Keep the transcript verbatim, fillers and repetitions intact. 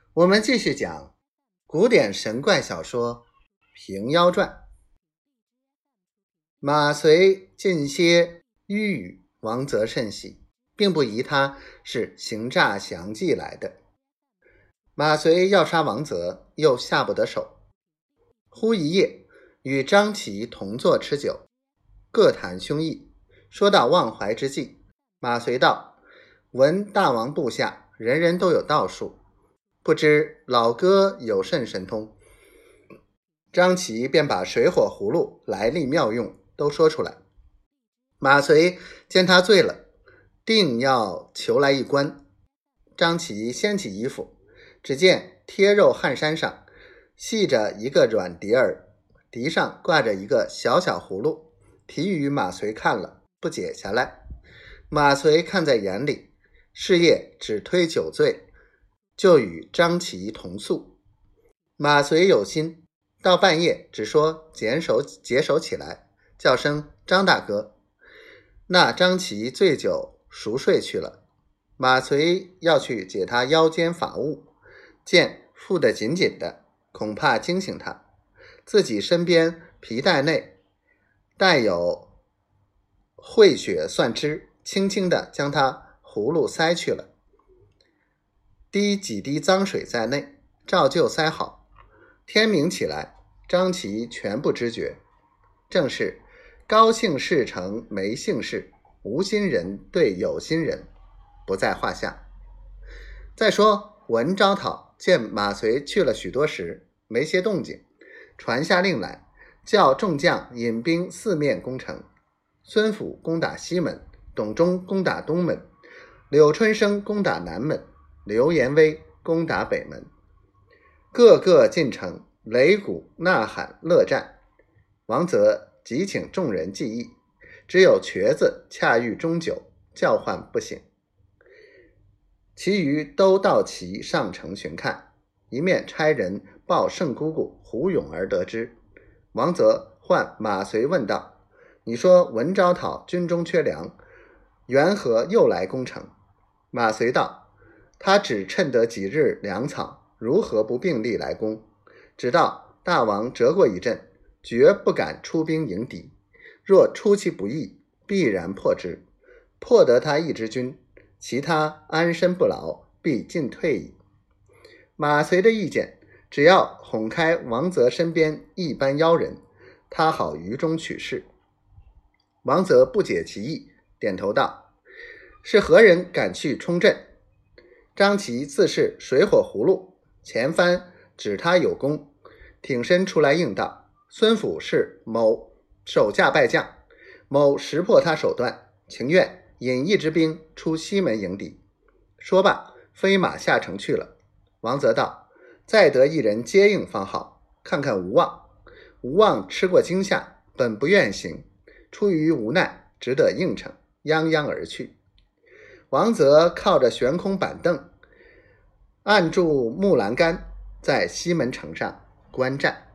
我们继续讲古典神怪小说《平妖传》。马遂尽歇迂语，王泽甚喜，并不疑他是行诈降计来的。马遂要杀王泽，又下不得手。忽一夜，与张琪同坐吃酒，各谈胸臆，说到忘怀之际，马遂道：闻大王部下人人都有道术，不知老哥有甚神通？张琪便把水火葫芦来历妙用都说出来。马遂见他醉了，定要求来一观。张琪掀起衣服，只见贴肉汗衫上系着一个软笛儿，笛上挂着一个小小葫芦，提与马遂看了，不解下来。马遂看在眼里，是夜只推酒醉，就与张琪同宿。马遂有心，到半夜只说解手解手起来，叫声张大哥。那张琪醉酒熟睡去了。马遂要去解他腰间法物，见缚得紧紧的，恐怕惊醒他，自己身边皮带内带有会血蒜汁，轻轻地将他葫芦塞去了，滴几滴脏水在内，照旧塞好。天明起来，张琪全不知觉，正是高兴事成没幸事，无心人对有心人，不在话下。再说文昭讨见马遂去了许多时，没些动静，传下令来，叫众将引兵四面攻城。孙府攻打西门，董忠攻打东门，柳春生攻打南门，刘延威攻打北门，个个进城，擂鼓呐喊乐战。王泽即请众人记忆，只有瘸子恰遇中酒，叫唤不醒。其余都到齐上城巡看，一面差人报圣姑姑胡永儿得知。王泽唤马遂问道：你说文昭讨军中缺粮，缘何又来攻城？马遂道：他只趁得几日粮草，如何不并力来攻？直到大王折过一阵，绝不敢出兵迎敌，若出其不意，必然破之。破得他一支军，其他安身不牢，必尽退矣。马遂的意见，只要哄开王泽身边一般妖人，他好于中取势。王泽不解其意，点头道：是何人敢去冲阵？张琪自是水火葫芦，前番指他有功，挺身出来应道：孙府是某手下败将，某识破他手段，情愿引一支兵出西门迎敌。说罢，飞马下城去了。王泽道：再得一人接应方好，看看吴望。吴望吃过惊吓，本不愿行，出于无奈，只得应承，泱泱而去。王泽靠着悬空板凳，按住木栏杆，在西门城上观战。